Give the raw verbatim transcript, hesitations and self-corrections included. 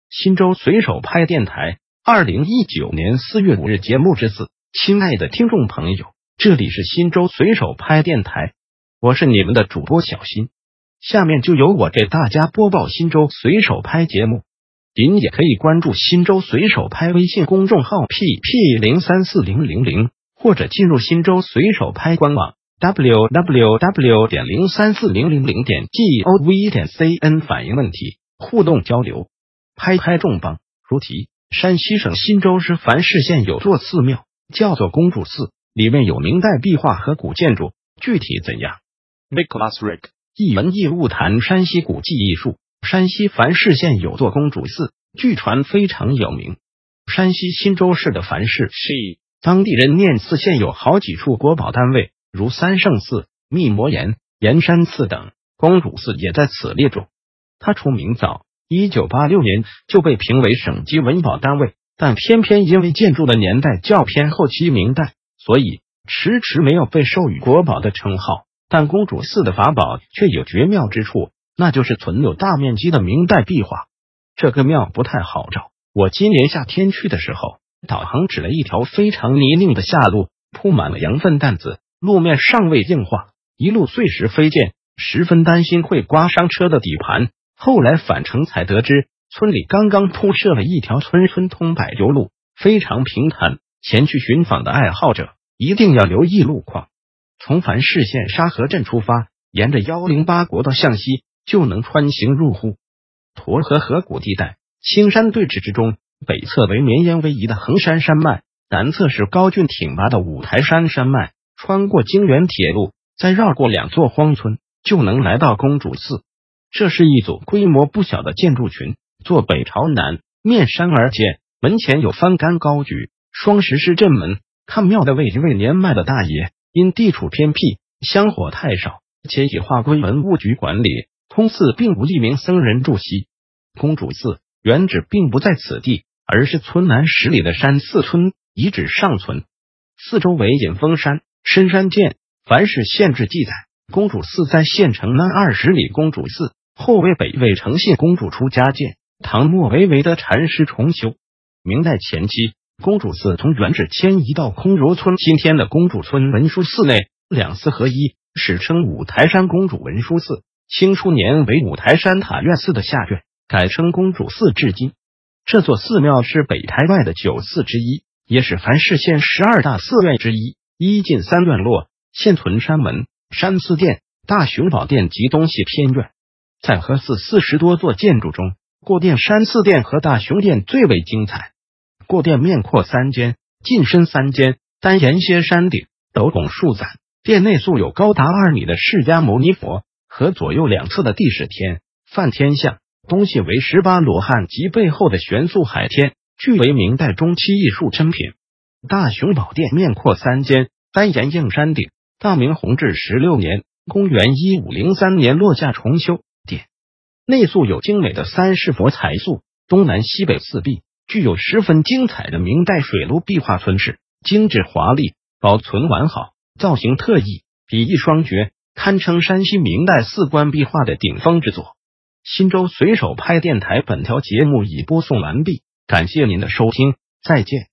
新州随手拍电台二零一九年四月五日节目之四。亲爱的听众朋友，这里是新州随手拍电台，我是你们的主播小新。下面就由我给大家播报新州随手拍节目。您也可以关注新州随手拍微信公众号 P P 零三四零零零，或者进入新州随手拍官网 w w w 点零三四零零零点 g o v 点 c n 反映问题，互动交流。拍拍重磅，如题：山西省忻州市繁市县有座寺庙，叫做公主寺，里面有明代壁画和古建筑，具体怎样 ？Nicholas Rick 一文一物谈山西古迹艺术。山西繁市县有座公主寺，据传非常有名。山西忻州市的繁市是当地人念寺县有好几处国宝单位，如三圣寺、密摩岩、岩山寺等，公主寺也在此列中。它出名早，一九八六年就被评为省级文保单位，但偏偏因为建筑的年代较偏后期明代，所以迟迟没有被授予国宝的称号。但公主寺的法宝却有绝妙之处，那就是存有大面积的明代壁画。这个庙不太好找，我今年夏天去的时候，导航指了一条非常泥泞的下路，铺满了羊粪担子，路面尚未硬化，一路碎石飞溅，十分担心会刮伤车的底盘。后来返程才得知，村里刚刚铺设了一条村村通柏油路，非常平坦，前去寻访的爱好者一定要留意路况。从繁市县沙河镇出发，沿着一零八国道向西，就能穿行入户。沱河河谷地带，青山对峙之中，北侧为绵延逶迤的衡山山脉，南侧是高峻挺拔的五台山山脉。穿过京原铁路，再绕过两座荒村，就能来到公主寺。这是一组规模不小的建筑群，坐北朝南，面山而建，门前有幡杆高举，双石狮镇门。看庙的为一位年迈的大爷，因地处偏僻，香火太少，且已划归文物局管理，通寺并无一名僧人住席。公主寺原址并不在此地，而是村南十里的山寺村遗址尚存。四周为隐峰山，深山涧。繁市县志记载，公主寺在县城南二十里，公主寺后为北魏诚信公主出家建，唐末为韦德禅师重修。明代前期，公主寺从原址迁移到空柔村今天的公主村文殊寺内，两寺合一，史称五台山公主文殊寺。清初年为五台山塔院寺的下卷，改称公主寺至今。这座寺庙是北台外的九寺之一，也是繁市县十二大寺院之一，一进三院落，现存山门、山寺殿、大雄宝殿及东西偏院。在和寺四十多座建筑中，过殿山寺殿和大雄殿最为精彩。过殿面阔三间，进深三间，单檐歇山顶，斗拱数盏。殿内塑有高达二米的释迦牟尼佛和左右两侧的帝释天、梵天像，东西为十八罗汉及背后的玄素海天，俱为明代中期艺术珍品。大雄宝殿面阔三间，单檐映山顶，大明弘治十六年（公元一五零三年）落架重修。殿内塑有精美的三世佛彩塑，东南西北四壁具有十分精彩的明代水陆壁画村式，精致华丽，保存完好，造型特异，笔意双绝，堪称山西明代四官壁画的顶峰之作。忻州随手拍电台本条节目已播送完毕，感谢您的收听，再见。